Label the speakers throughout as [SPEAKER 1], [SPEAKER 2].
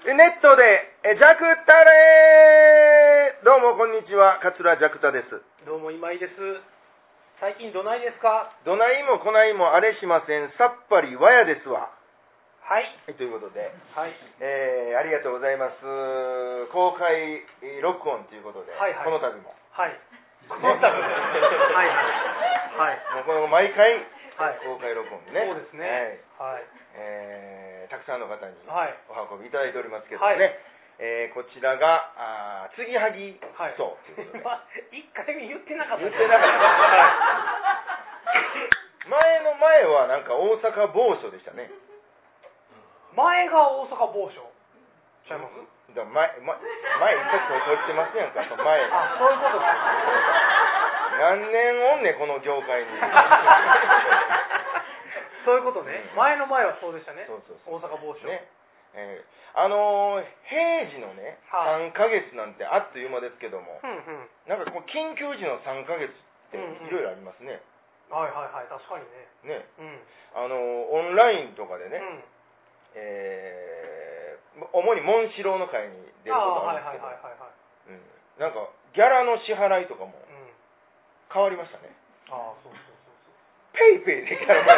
[SPEAKER 1] ネットでジャクタレー、どうもこんにちは、桂ジャクタです。
[SPEAKER 2] どうも今井です。最近どないですか？
[SPEAKER 1] どないもこないもあれしません、さっぱりわやですわ。
[SPEAKER 2] はい、
[SPEAKER 1] ということで、
[SPEAKER 2] はい、
[SPEAKER 1] ありがとうございます。公開録音ということで、
[SPEAKER 2] はいはい、
[SPEAKER 1] この度も。
[SPEAKER 2] はい。この度も。はいはい。
[SPEAKER 1] もうこの毎回、
[SPEAKER 2] はい、
[SPEAKER 1] 公開録音でね。
[SPEAKER 2] そうですね。はい。
[SPEAKER 1] たくさんの方に
[SPEAKER 2] はい
[SPEAKER 1] お運びいただいておりますけどね。
[SPEAKER 2] はい、
[SPEAKER 1] こちらが継ぎはぎそうということで。
[SPEAKER 2] 1回目言ってなかった。
[SPEAKER 1] 言ってなかった。前の前はなんか大阪某所でしたね。
[SPEAKER 2] 前が大阪某所ちゃいます？
[SPEAKER 1] だ前一冊取ってますやんか、その前。
[SPEAKER 2] あ、そういうことです。
[SPEAKER 1] 何年おんねんこの業界に。
[SPEAKER 2] そういうことね。前の前はそうでしたね。
[SPEAKER 1] そう
[SPEAKER 2] 大阪某所。
[SPEAKER 1] ね。平時のね、3ヶ月なんてあっという間ですけども、なんかこう緊急時の3ヶ月っていろいろありますね。
[SPEAKER 2] はいはいはい、確かにね。
[SPEAKER 1] ね。オンラインとかでね、主にモンシローの会に出ることがあるんですけど、なんかギャラの支払いとかも変わりましたね。
[SPEAKER 2] ああ、そう。
[SPEAKER 1] ペイペイでギャラもら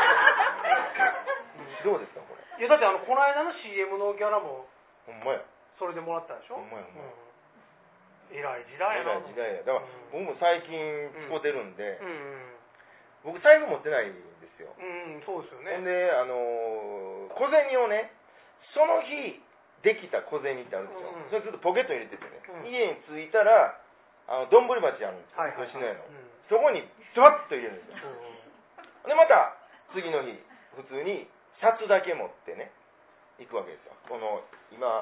[SPEAKER 1] える。どうですかこれ？
[SPEAKER 2] いやだってこの間の CM のギャラも
[SPEAKER 1] ほんまや。
[SPEAKER 2] それでもらったでしょ。
[SPEAKER 1] ほんまや。
[SPEAKER 2] 偉い時代やな。
[SPEAKER 1] 偉い時代や。だから僕も最近使ってるんで、僕財布持ってないんですよ。
[SPEAKER 2] そうですよね。
[SPEAKER 1] ほんで小銭をね、その日できた小銭ってあるんですよ。それずっとポケットに入れててね、家に着いたら丼鉢あるんですよ、吉野家の。そこにドワッと入れるんですよ。でまた次の日普通に札だけ持ってね行くわけですよ。この今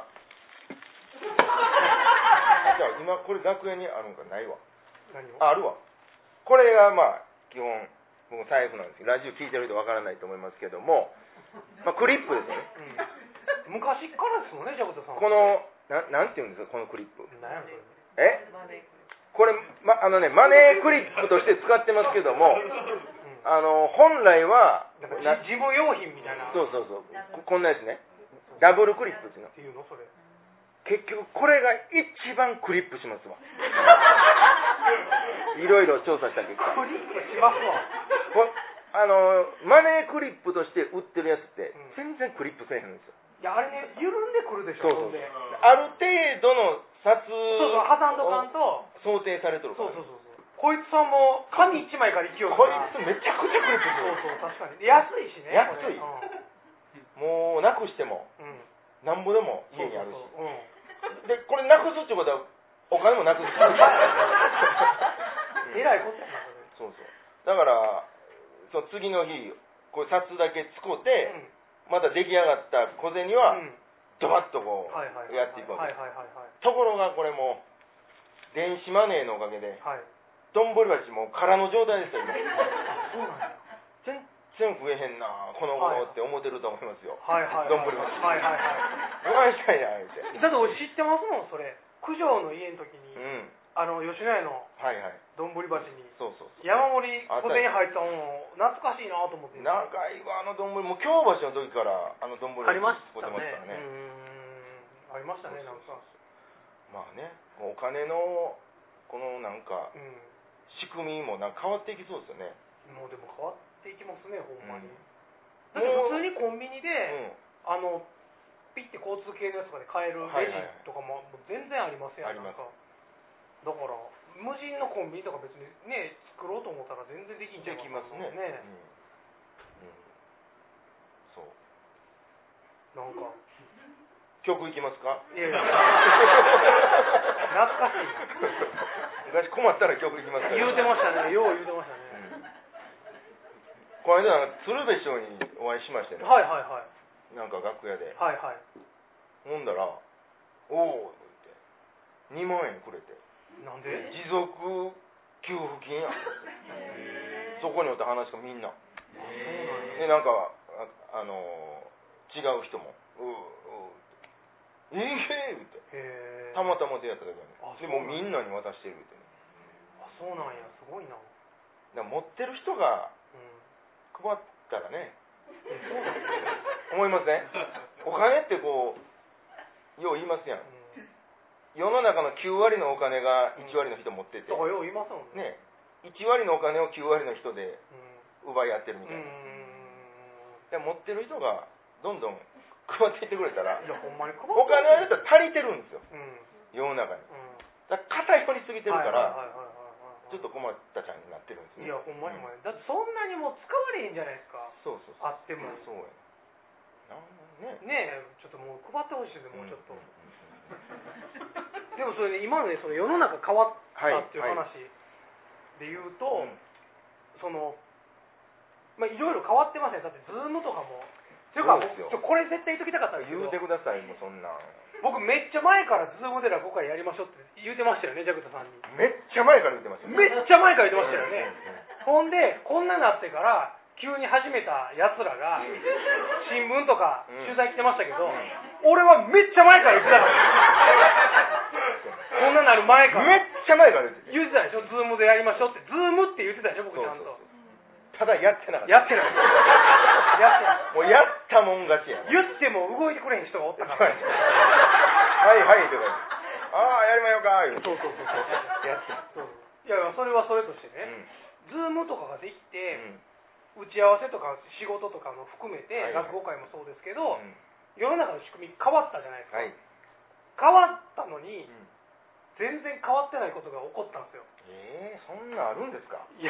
[SPEAKER 1] これ楽屋にあるんかないわ。あるわ。これがまあ基本僕の財布なんですけど、ラジオ聞いてる人わからないと思いますけども、クリップですよね。
[SPEAKER 2] 昔からですもんね、ジャクタさん。
[SPEAKER 1] このなんていうんですかこのクリップ。
[SPEAKER 2] 何やそれ。
[SPEAKER 1] これマネークリップとして使ってますけども、本来は
[SPEAKER 2] 事務用品みたいな。
[SPEAKER 1] そうこんなやつね、ダブルクリップっていうの。
[SPEAKER 2] それ
[SPEAKER 1] 結局これが一番クリップしますわ。いろいろ調査した結果。
[SPEAKER 2] クリップしますわ。
[SPEAKER 1] マネークリップとして売ってるやつって全然クリップせえへんんですよ。
[SPEAKER 2] いやあれね、緩んでくるでしょ。
[SPEAKER 1] そうある程度の札
[SPEAKER 2] 挟んどかんと
[SPEAKER 1] 想定されとるから。
[SPEAKER 2] そうこいつさんも紙一枚から勢い
[SPEAKER 1] こいつめちゃくちゃクリップする。
[SPEAKER 2] 確かに安いしね。
[SPEAKER 1] 安い。もうなくしてもなんぼでも家にあるし。でこれなくすってことはお金もなくす。
[SPEAKER 2] えらいことやな
[SPEAKER 1] そうだからその次の日これ札だけ使って、また出来上がった小銭は、ドバッとこうやっていくわけです。ところがこれも電子マネーのおかげで、丼鉢も空の状態ですよ今。全然増えへんなこの頃って思ってると思いますよ。丼鉢。お前したいな言うて。
[SPEAKER 2] だって俺知ってますもんそれ。九条の家の時に、吉野家の丼鉢に山盛り小銭入ったの懐かしいなと思って。
[SPEAKER 1] 長いわ丼もう京橋の時から丼
[SPEAKER 2] ありました
[SPEAKER 1] 使ってますからね。
[SPEAKER 2] ありましたねなんか。
[SPEAKER 1] まあね、お金のこのなんか仕組みもなんか変わっていきそうですよね。
[SPEAKER 2] もうでも変わっていきますねほんまに。だって普通にコンビニでピッて交通系のやつとかで買えるレジとかも全然ありますやん。なんかだから無人のコンビニとか別にね作ろうと思ったら全然できんじゃん。
[SPEAKER 1] できますね。そう
[SPEAKER 2] なんか
[SPEAKER 1] 曲いきますか？
[SPEAKER 2] いや懐かしいな。
[SPEAKER 1] 昔困ったら曲いきますか？
[SPEAKER 2] 言うてましたね。よう言うてましたね。
[SPEAKER 1] この間鶴瓶師匠にお会いしましてね。なんか楽屋で。ほんだらおおって2万円くれて。
[SPEAKER 2] なんで？
[SPEAKER 1] 持続給付金や。そこにおった話がみんな。でなんか違う人も言うてたまたま出会っただけでもみんなに渡してるってね。
[SPEAKER 2] あ、そうなんや、すごいな。
[SPEAKER 1] だ持ってる人が配ったらね、思いません？お金ってこうよう言いますやん。世の中の9割のお金が1割の人持ってて。
[SPEAKER 2] だからよう言いますもん
[SPEAKER 1] ね。1割のお金を9割の人で奪い合ってるみたいな。で持ってる人がどんどん配っていってくれたら、
[SPEAKER 2] いやほんまに配って
[SPEAKER 1] お金は足りてるんですよ。世の中に。だから偏りすぎてるから、ちょっと困ったちゃんになってるんですね。
[SPEAKER 2] いやほんまにほんまに。だってそんなにもう使われへんじゃないですか。
[SPEAKER 1] そうそうそう。
[SPEAKER 2] あっても。
[SPEAKER 1] そうや。
[SPEAKER 2] ねえ、ちょっともう配ってほしいですよ、もうちょっと。でもそれね、今のね、その世の中変わったっていう話で言うと、その、まあいろいろ変わってますね。だってズームとかも。っていうか、これ絶対言っときたかったんですけど。
[SPEAKER 1] 言うてください、もうそんなん。
[SPEAKER 2] 僕めっちゃ前からズームで落語会やりましょうって言うてましたよね、ジャクタさんに。
[SPEAKER 1] めっちゃ前から言ってました
[SPEAKER 2] よね。めっちゃ前から言ってましたよね。ほんで、こんななってから、急に始めたやつらが、新聞とか取材来てましたけど、俺はめっちゃ前から言ってたから。こんななる前から。
[SPEAKER 1] めっちゃ前から
[SPEAKER 2] 言ってたでしょ、ズームでやりましょうって。ズームって言ってたでしょ、僕ちゃんと。
[SPEAKER 1] ただやってなかった。
[SPEAKER 2] やってない。
[SPEAKER 1] もうやったもん勝ちや。
[SPEAKER 2] 言っても動いてくれへん人がおったから。
[SPEAKER 1] はいはいとか。ああ、やりまよか言うて。
[SPEAKER 2] そう。やって。いや、それはそれとしてね、ズームとかができて、打ち合わせとか仕事とかも含めて、落語会もそうですけど、世の中の仕組み変わったじゃないですか。変わったのに、全然変わってないことが起こったんですよ。
[SPEAKER 1] そんなあるんですか？
[SPEAKER 2] いや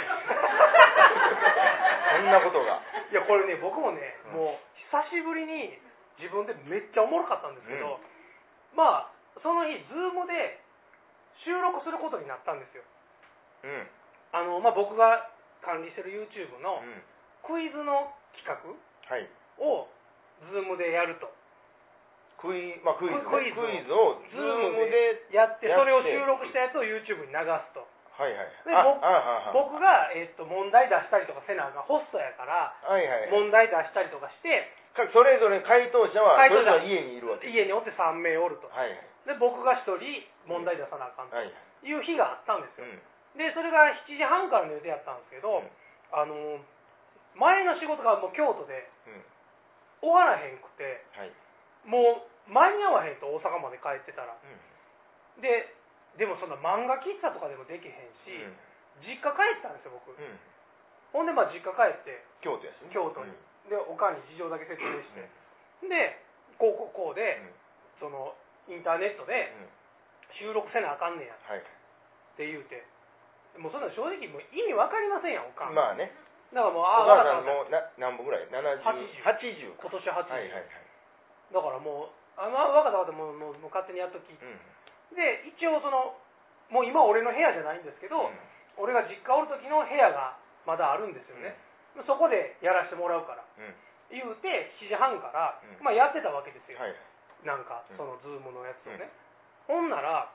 [SPEAKER 1] そんなことが。
[SPEAKER 2] いや、これね、僕もね、もう久しぶりに自分でめっちゃおもろかったんですけど、まあその日ズームで収録することになったんですよ。まあ僕が管理してる YouTube のクイズの企画をズームでやると。
[SPEAKER 1] クイズをズームで
[SPEAKER 2] やって、それを収録したやつを YouTube に流すと。で僕が、問題出したりとかせなあかん、ホストやから、問題出したりとかして、
[SPEAKER 1] それぞれ回答者はそれぞれ家にいるわけ。
[SPEAKER 2] 家におって3名おると。で僕が1人問題出さなあかんという日があったんですよ。でそれが7時半からの予定やったんですけど、前の仕事がもう京都で終わらへんくて、もう間に合わへんと、大阪まで帰ってたら。でもそんな漫画喫茶とかでもできへんし、実家帰ったんですよ僕。ほんで実家帰って
[SPEAKER 1] 京都やし、
[SPEAKER 2] 京都に。でおかんに事情だけ説明して、でこうで、そのインターネットで収録せなあかんねやって言うて、もうそんな正直もう意味わかりませんやん、おかん。
[SPEAKER 1] まあね。
[SPEAKER 2] だからもう
[SPEAKER 1] お母さんも何本ぐらい？80。
[SPEAKER 2] 今年80。だからもう分かったもう勝手にやっとき。で一応もう今俺の部屋じゃないんですけど、俺が実家おる時の部屋がまだあるんですよね。そこでやらせてもらうから、言うて7時半から、やってたわけですよ。なんかそのズームのやつをね。ほんなら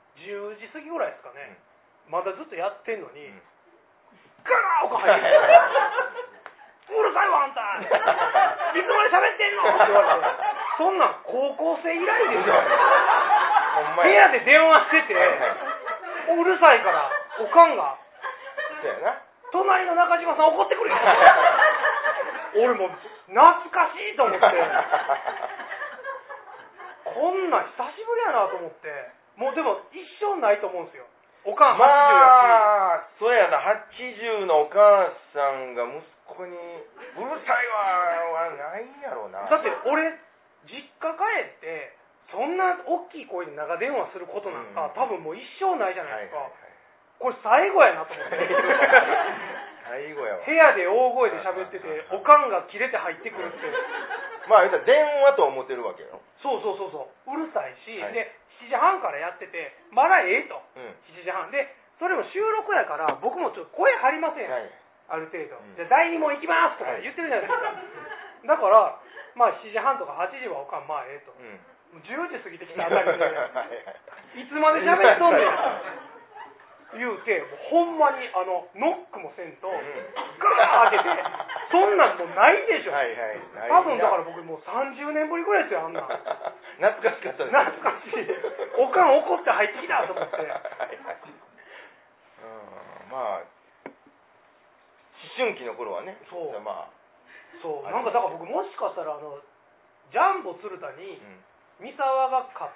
[SPEAKER 2] 10時過ぎぐらいですかね。まだずっとやってんのに、ガーッおか入ってきて、うるさいわあんた、いつまで喋ってんのって言われて、そんなん高校生以来ですよ。部屋で電話してて、うるさいからおかんが、隣の中島さん怒ってくるよ。俺も懐かしいと思って、こんなん久しぶりやなと思って、もうでも一生ないと思うんですよ。おかん80や
[SPEAKER 1] し、そうやな、80のお母さんが息子にうるさいわはないやろうな。
[SPEAKER 2] だって俺実家帰ってそんな大きい声で長電話することなんか、多分もう一生ないじゃないですか。これ最後やなと思って。
[SPEAKER 1] 最後やわ。
[SPEAKER 2] 部屋で大声で喋ってて、おかんが切れて入ってくるって。
[SPEAKER 1] まあ電話と思ってるわけよ。
[SPEAKER 2] そううるさいし、で7時半からやってて、まだええと、7時半で、それも収録やから僕もちょっと声張りません、ある程度、じゃあ第2問行きますとか言ってるじゃないですか、だから7時半とか8時はおかんええと、10時過ぎてきたあたりでいつまで喋っとんねん言うて、ほんまにノックもせんと、ガーッ開けて、そんなんもうないでしょ。多分だから僕もう30年ぶりぐらいですよ、あんな。
[SPEAKER 1] 懐かしかったです。
[SPEAKER 2] 懐かしい。おかん怒って入ってきたと思って。
[SPEAKER 1] まあ、思春期の頃はね。
[SPEAKER 2] そう。
[SPEAKER 1] まあ。
[SPEAKER 2] そう。なんかだから僕もしかしたらジャンボ鶴田に三沢が勝って、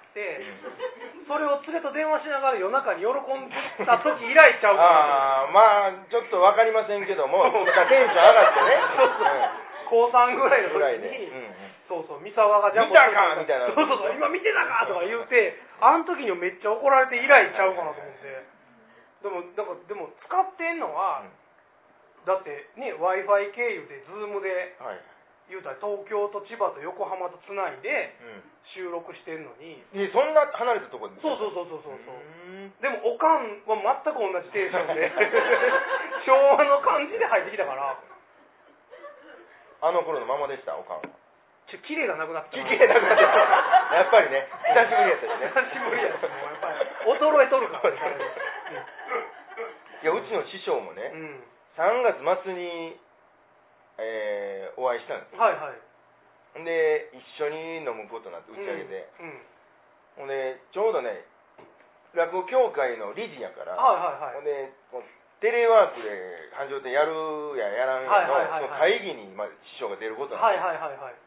[SPEAKER 2] それを連れと電話しながら夜中に喜んでた時以来ちゃうか
[SPEAKER 1] な。まあちょっと分かりませんけども、テンション上がってね。
[SPEAKER 2] 高3ぐらいの時に、そうそう、三沢が
[SPEAKER 1] ジャンボ見たかみたいな。
[SPEAKER 2] そうそうそう、今見てたかとか言うて、あの時にめっちゃ怒られて以来ちゃうかなと思って。でも使ってんのは、だってね、Wi-Fi 経由で Zoom で、言うたら東京と千葉と横浜とつないで収録してるのに、
[SPEAKER 1] そんな離れたところで。
[SPEAKER 2] そうでもおかんは全く同じテンションで昭和の感じで入ってきたから、
[SPEAKER 1] あの頃のままでした。おかんは
[SPEAKER 2] キレがなくなった。
[SPEAKER 1] やっぱりね、久しぶりやったしね。
[SPEAKER 2] 久しぶりやった。もうやっぱり衰えとるからね。
[SPEAKER 1] いや、うちの師匠もね、3月末にお会いしたんですよ。で、一緒に飲むことになって打ち上げで、ほんでちょうどね、落語協会の理事やから、ほんでテレワークで繁盛店やるややらんやの会議に師匠が出ることになって、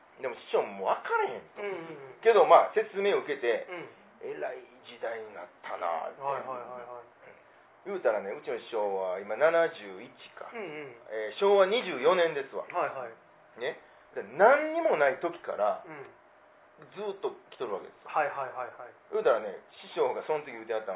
[SPEAKER 1] でも師匠も分からへんと、けどまあ説明を受けて、えらい時代になったなって言うたらね、うちの師匠は今71か、昭和24年ですわ、ね、何にもない時から、ずっと来とるわけですよ。言うたらね、師匠がその時言うてあったの、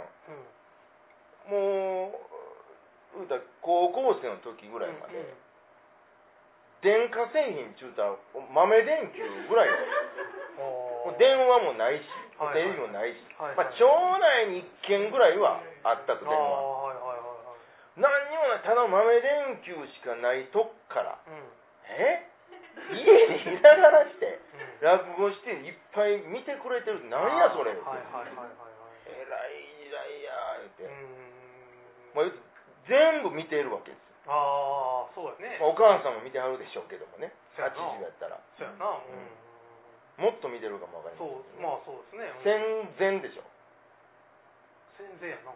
[SPEAKER 1] もう言うたら高校生の時ぐらいまで、電化製品ちゅうたら豆電球ぐらい電話もないしテレビもないし、町内に1軒ぐらいはあったと。電話何にもない、ただ豆電球しかないとこから、家にいながらして落語していっぱい見てくれてるって何やそれ、えらい時代や言うて、全部見ているわけですよ。
[SPEAKER 2] そうやね。
[SPEAKER 1] お母さんも見てはるでしょうけどもね、80やったら
[SPEAKER 2] そうやな、
[SPEAKER 1] もっと見てるかもわかりません。
[SPEAKER 2] そうですね。
[SPEAKER 1] 戦前でしょ。
[SPEAKER 2] 戦前やな。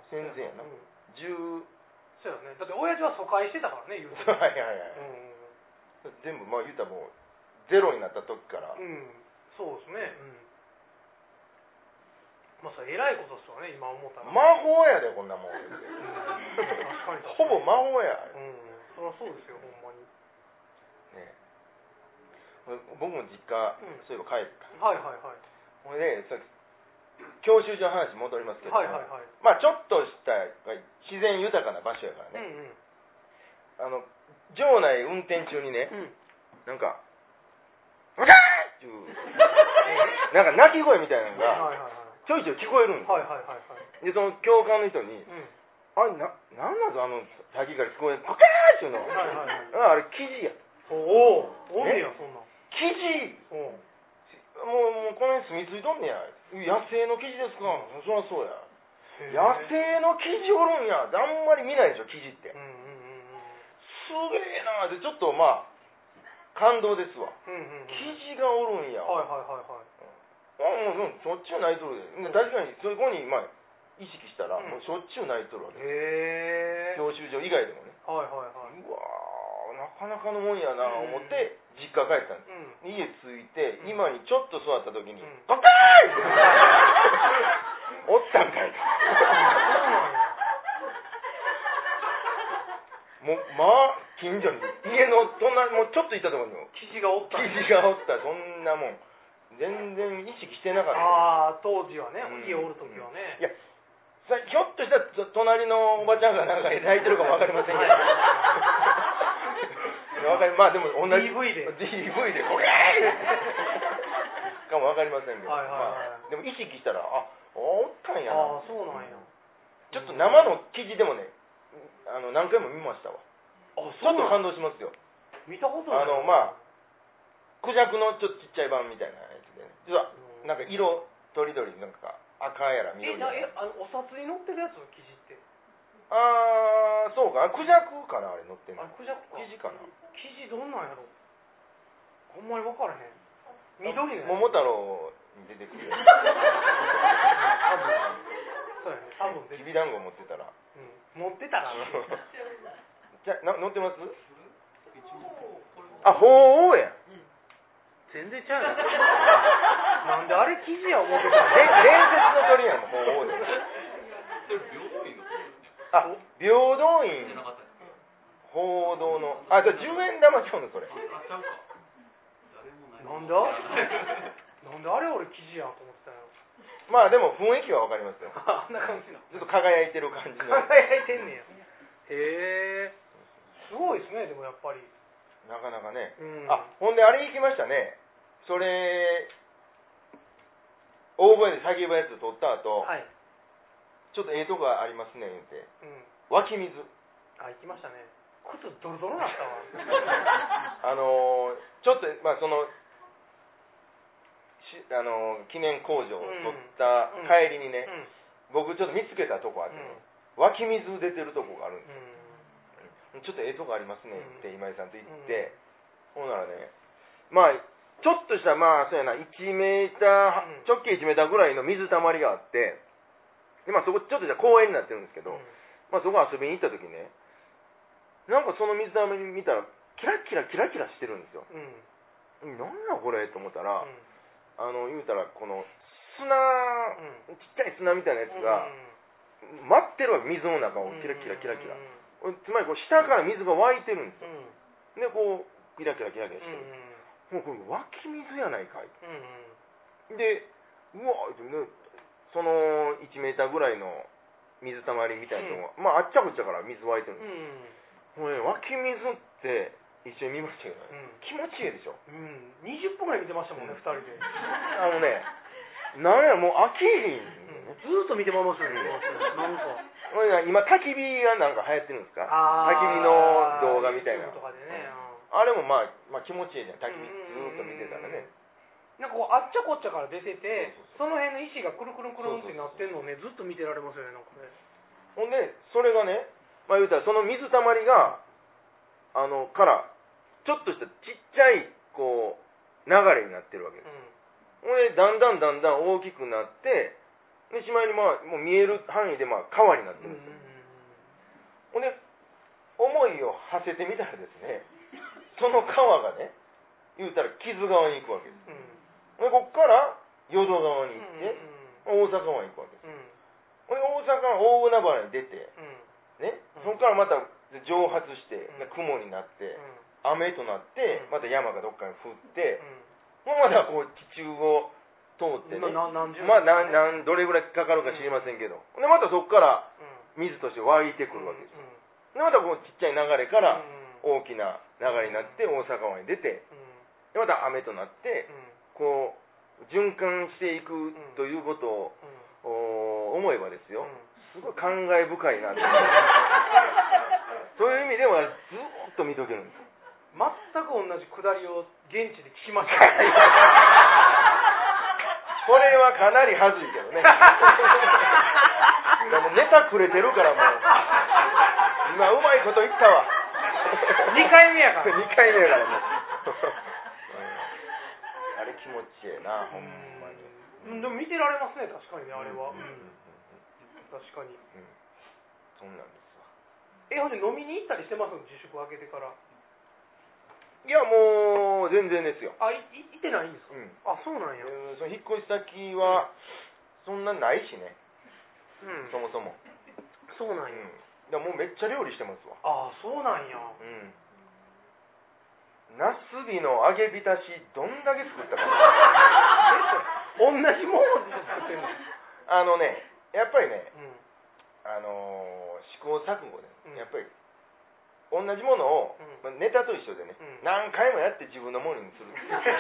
[SPEAKER 2] そうやね。だって親父は疎開してたからね、言うて。全部
[SPEAKER 1] 言うたらもうゼロになった時から。
[SPEAKER 2] そうですね。それ偉いことですよね、今思ったら。
[SPEAKER 1] 魔法やでこんなもん。
[SPEAKER 2] 確かに。
[SPEAKER 1] ほぼ魔法や。
[SPEAKER 2] そりゃそうですよ、ほんまに。
[SPEAKER 1] ね。僕も実家、そういえば帰った。ほいで、教習所の話戻りますけど、ちょっとした自然豊かな場所やからね。場内運転中にね、なんか、うかーっていう、なんか鳴き声みたいなのが、ちょいちょい聞こえるんですよ。で、その教官の人に、あれ、なんなんぞ先から聞こえる、パカーっていうの。あれ、記事や。
[SPEAKER 2] おんねや、そんなん。
[SPEAKER 1] 記事もうこの辺住み着いとんねや。野生の記事ですか。そりゃそうや。野生の記事おるんや。あんまり見ないでしょ、記事って。すげえなーって、ちょっと感動ですわ。記事がおるんや。しょっちゅう泣いとるで。確かにそこに意識したら、もうしょっちゅう泣いとるわけ。教習所以外でもね。うわー、なかなかのもんやな思って実家帰ったんです。家着いて今にちょっと座った時に「バカーン!」おったんかいと。もう近所に家の隣もうちょっと行ったところに
[SPEAKER 2] 記事がおった。
[SPEAKER 1] そんなもん全然意識してなかった。
[SPEAKER 2] 当時はね、家おる時はね。
[SPEAKER 1] いや、ひょっとしたら隣のおばちゃんがなんか泣いてるかも分かりませんけど。でも同じ DV でこれかも分かりませんけど、でも意識したらおったんやな。
[SPEAKER 2] そうなんや。
[SPEAKER 1] ちょっと生の記事でもね、何回も見ましたわ。ちょっと感動しますよ。
[SPEAKER 2] 見たことない。
[SPEAKER 1] クジャクのちょっとちっちゃい版みたいなやつで、実はなんか色とりどり、なんか赤やら緑やら。
[SPEAKER 2] お札に載ってるやつの記事って。
[SPEAKER 1] そうか、クジャクかな、あれ載ってんの。
[SPEAKER 2] クジャクか。
[SPEAKER 1] 記事かな。
[SPEAKER 2] 記事どんなんやろ。ほんまに分からへん。緑のやつ。
[SPEAKER 1] 桃太郎に出てくるやつ。
[SPEAKER 2] そうやね、多分
[SPEAKER 1] きびだんご持ってたら。
[SPEAKER 2] 持ってたら。
[SPEAKER 1] じゃ載ってます？鳳凰や。
[SPEAKER 2] 全然ちゃうやん。なんであれ記事や思ってたの？
[SPEAKER 1] 伝説の鳥やん、鳳凰で。あ、平等院報道の、あ、それ10円玉ちゃうの、それ。
[SPEAKER 2] なんだなんであれ俺記事やんと思ってたよ。
[SPEAKER 1] まあでも雰囲気はわかりますよ。
[SPEAKER 2] あんな感じな。
[SPEAKER 1] ちょっと輝いてる感じの。
[SPEAKER 2] 輝いてんねや。へえ。すごいですね、でもやっぱり。
[SPEAKER 1] なかなかね。
[SPEAKER 2] うん、
[SPEAKER 1] あ、ほんであれ行きましたね。それ、大声で叫ぶやつ撮った後、
[SPEAKER 2] はい、
[SPEAKER 1] ちょっとええとこがありますね、言って。
[SPEAKER 2] うん、
[SPEAKER 1] 湧き水。
[SPEAKER 2] あ、行きましたね。靴ドロドロなったわ。
[SPEAKER 1] ちょっと、まあその、記念工場を撮った帰りにね、僕ちょっと見つけたとこあってね、湧き水出てるとこがあるんですよ。ちょっとええとこありますねって今井さんと言って、ほんならね、まあちょっとしたまあそうやな1メーター、直径1メーターぐらいの水たまりがあって、でまあそこちょっとじゃ公園になってるんですけど、まあそこ遊びに行った時ね、なんかその水たまり見たらキラキラキラキラしてるんですよ。なんだこれと思ったら、言うたらこの砂、ちっちゃい砂みたいなやつが待ってるわけ、水の中をキラキラキラキラ、つまりこう下から水が湧いてるんですよ。でこうキラキラキラキラしてる、もうこれ湧き水やないかい、でうわーってね、その1メーターぐらいの水たまりみたいなのが、まああっちゃこっちゃから水湧いてるんですよ。もうね、湧き水って一緒に見ましたけど、気持ちいいでしょ。
[SPEAKER 2] 20分ぐらい見てましたもんね、2人で。
[SPEAKER 1] なんやもう飽きひん、
[SPEAKER 2] ずーっと見てまいますよね、なんか。
[SPEAKER 1] 今焚き火がなんか流行ってるんですか。焚き火の動画みたいな。
[SPEAKER 2] とかでね、
[SPEAKER 1] あれもまあ気持ちいいじゃん、焚き火ずーっと見てたらね。
[SPEAKER 2] なんかこうあっちゃこっちゃから出てて、その辺の石がくるくるくるんってなってんのをね、ずっと見てられますよね、なんかね。
[SPEAKER 1] ほんでそれがね、まあ言うたらその水たまりがからちょっとしたちっちゃいこう流れになってるわけです。ほんでだんだん大きくなって、でしまいにまあもう見える範囲でまあ川になってるんですよ。ほんで思いを馳せてみたらですね、その川がね、言うたら木津川に行くわけです。でこっから淀川に行って、大阪湾に行くわけです。ほんで大阪湾大海原に出て、ね、そこからまた蒸発して雲になって、雨となって、また山がどっかに降って、まだこう地中を通ってね、まあどれぐらいかかるか知りませんけど、でまたそこから水として湧いてくるわけです。でまたこうちっちゃい流れから大きな流れになって大阪湾に出て、でまた雨となって、こう循環していくということを思えばですよ、すごい感慨深いなってそういう意味ではずっと見とけるんです。
[SPEAKER 2] 全く同じくだりを現地で聞きました
[SPEAKER 1] これはかなり恥ずいけどねもうネタくれてるからもう今うまいこと言ったわ
[SPEAKER 2] 2回目やから
[SPEAKER 1] 2回目やからもうあれ気持ちいいな、ほんまに。
[SPEAKER 2] でも見てられますね、確かにね、あれは。確かに。
[SPEAKER 1] そうなんですわ。
[SPEAKER 2] ほんで飲みに行ったりしてますの、自粛明けてから。
[SPEAKER 1] いや、もう全然ですよ。
[SPEAKER 2] 行ってないんですか。あ、そうなんや。
[SPEAKER 1] その引っ越し先はそんなないしね、そもそも。
[SPEAKER 2] そうなんや。
[SPEAKER 1] だもうめっちゃ料理してますわ。
[SPEAKER 2] あ、そうなんや。
[SPEAKER 1] ナスビの揚げ浸しどんだけ作ったか
[SPEAKER 2] 同じもので作ってんの。
[SPEAKER 1] やっぱりね、試行錯誤で、やっぱり同じものを、ネタと一緒でね、何回もやって自分のものにする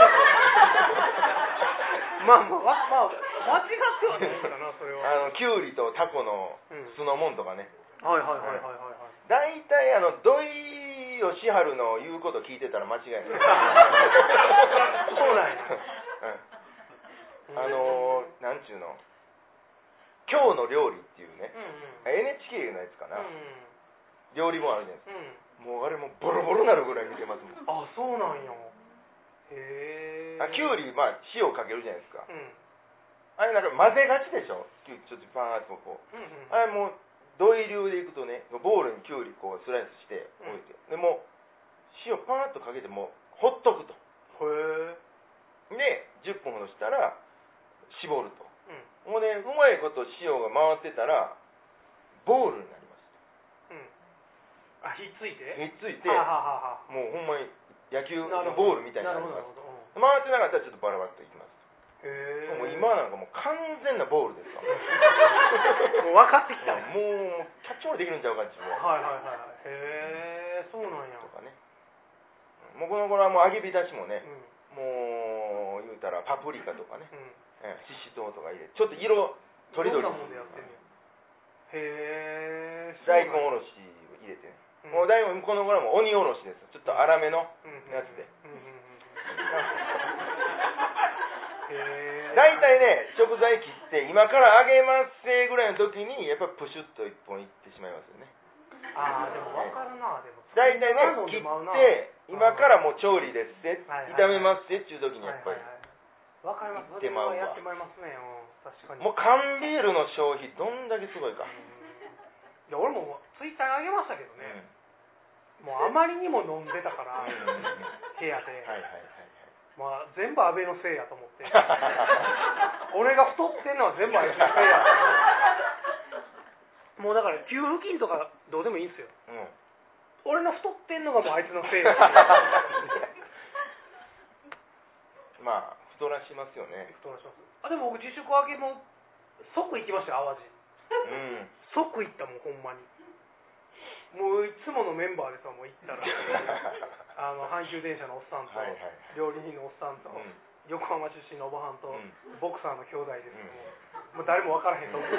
[SPEAKER 2] まあ間違ってはないかな、それは。
[SPEAKER 1] きゅうりとタコの酢のもんとかね。
[SPEAKER 2] 大
[SPEAKER 1] 体土井善晴の言うこと聞いてたら間違いない。
[SPEAKER 2] そうなんや。
[SPEAKER 1] なんちゅうの、今日の料理っていうね、NHK のやつかな、料理本あるじゃないですか。もうあれもボロボロなるぐらい見てますもん。
[SPEAKER 2] あ、そうなんや。へえ。
[SPEAKER 1] きゅうり塩かけるじゃないですか。あれなんか混ぜがちでしょ。きゅうりちょっとパーッとこう。あれもう土井流でいくとね、ボウルにきゅうりこうスライスして置いて、でも塩パーッとかけてもうほっとくと。 したら絞ると、ほんでうまいこと塩が回ってたらボールになります。
[SPEAKER 2] ひっついて
[SPEAKER 1] もうほんまに野球のボールみたいになります。回ってなかったらちょっとバラバラっといきます。もう今なんかもう完全なボールですから。
[SPEAKER 2] もう分かってきた。
[SPEAKER 1] もうキャッチボールできるんちゃうかっていう。
[SPEAKER 2] そうなんや。
[SPEAKER 1] とかね。もうこの頃はもう揚げ浸しもね、もう言うたらパプリカとかね、ししとうとか入れて、ちょっと色とりどり。大根おろし入れてね。もう大根この頃はもう鬼おろしです。ちょっと粗めのやつで。大体ね、食材切って今から揚げますせぐらいの時にやっぱりプシュッと一本いってしまいますよね。
[SPEAKER 2] でも分かるな。でも
[SPEAKER 1] 大体ね、切って今からもう調理ですって炒めますってっていう時にやっぱり
[SPEAKER 2] 分かります。
[SPEAKER 1] ってまうわ。
[SPEAKER 2] やってまいりますね。確かに。
[SPEAKER 1] もう缶ビールの消費どんだけすごいか。
[SPEAKER 2] いや俺もツイッターにあげましたけどね。もうあまりにも飲んでたから部屋で。全部安倍のせいやと思って俺が太ってんのは全部あいつのせいやもうだから給付金とかどうでもいいんですよ、俺の太ってんのがもうあいつのせいや
[SPEAKER 1] まあ太らしますよね。
[SPEAKER 2] 太らします。でも僕自粛明けも即行きましたよ、淡路。即行ったもん、ほんまに。もういつものメンバーですわ、もう行ったら阪急電車のおっさんと、料理人のおっさんと、横浜出身のおばはんと、ボクサーの兄弟ですけどもう誰も分からへんと思う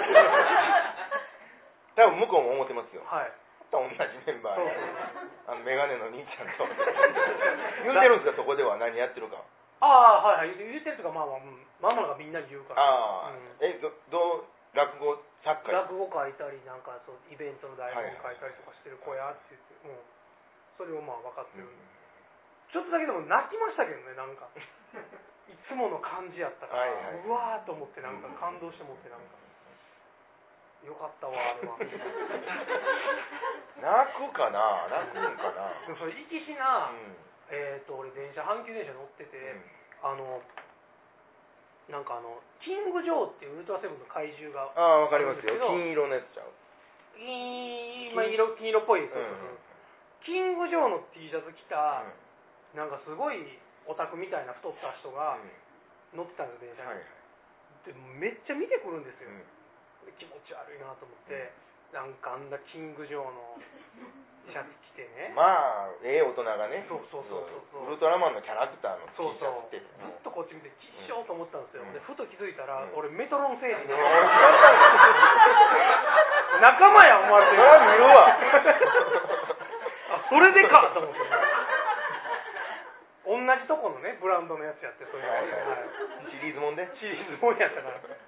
[SPEAKER 1] 多分向こうも思ってますよ。同じメンバーでメガネの兄ちゃんと言うてるんですか、そこでは何やってるか。
[SPEAKER 2] 言ってるとかママがみんなに言うから。
[SPEAKER 1] 落語作家
[SPEAKER 2] 落語書いたりなんかそうイベントの台本書いたりとかしてる子やって言って、それをまあ分かってる、ちょっとだけでも泣きましたけどね、なんかいつもの感じやったから、うわーと思ってなんか感動して思ってなんかよかったわあれは
[SPEAKER 1] 泣くかな泣くんかな。
[SPEAKER 2] でもそれ行きしな、俺阪急電車乗ってて、なんかキング・ジョーっていうウルトラセブンの怪獣が
[SPEAKER 1] わかりますよ。金色のやつちゃう。
[SPEAKER 2] 金色っぽいです、キング・ジョーの T シャツ着た、なんかすごいオタクみたいな太った人が乗ってたんですよ、電車に。でめっちゃ見てくるんですよ、気持ち悪いなと思って、なんかあんなキング・ジョーのシャツ着てね、
[SPEAKER 1] まあ大人がね、
[SPEAKER 2] そう
[SPEAKER 1] ウルトラマンのキャラクターの T シャツ着て、
[SPEAKER 2] ずっとこっち見てきっしょーと思ったんですよ、でふと気づいたら、俺メトロン星人で仲間や思われてる。
[SPEAKER 1] 見るわ
[SPEAKER 2] それでかと思って、同じとこのねブランドのやつやって、そういう
[SPEAKER 1] シリーズもんで
[SPEAKER 2] シリーズもんやったから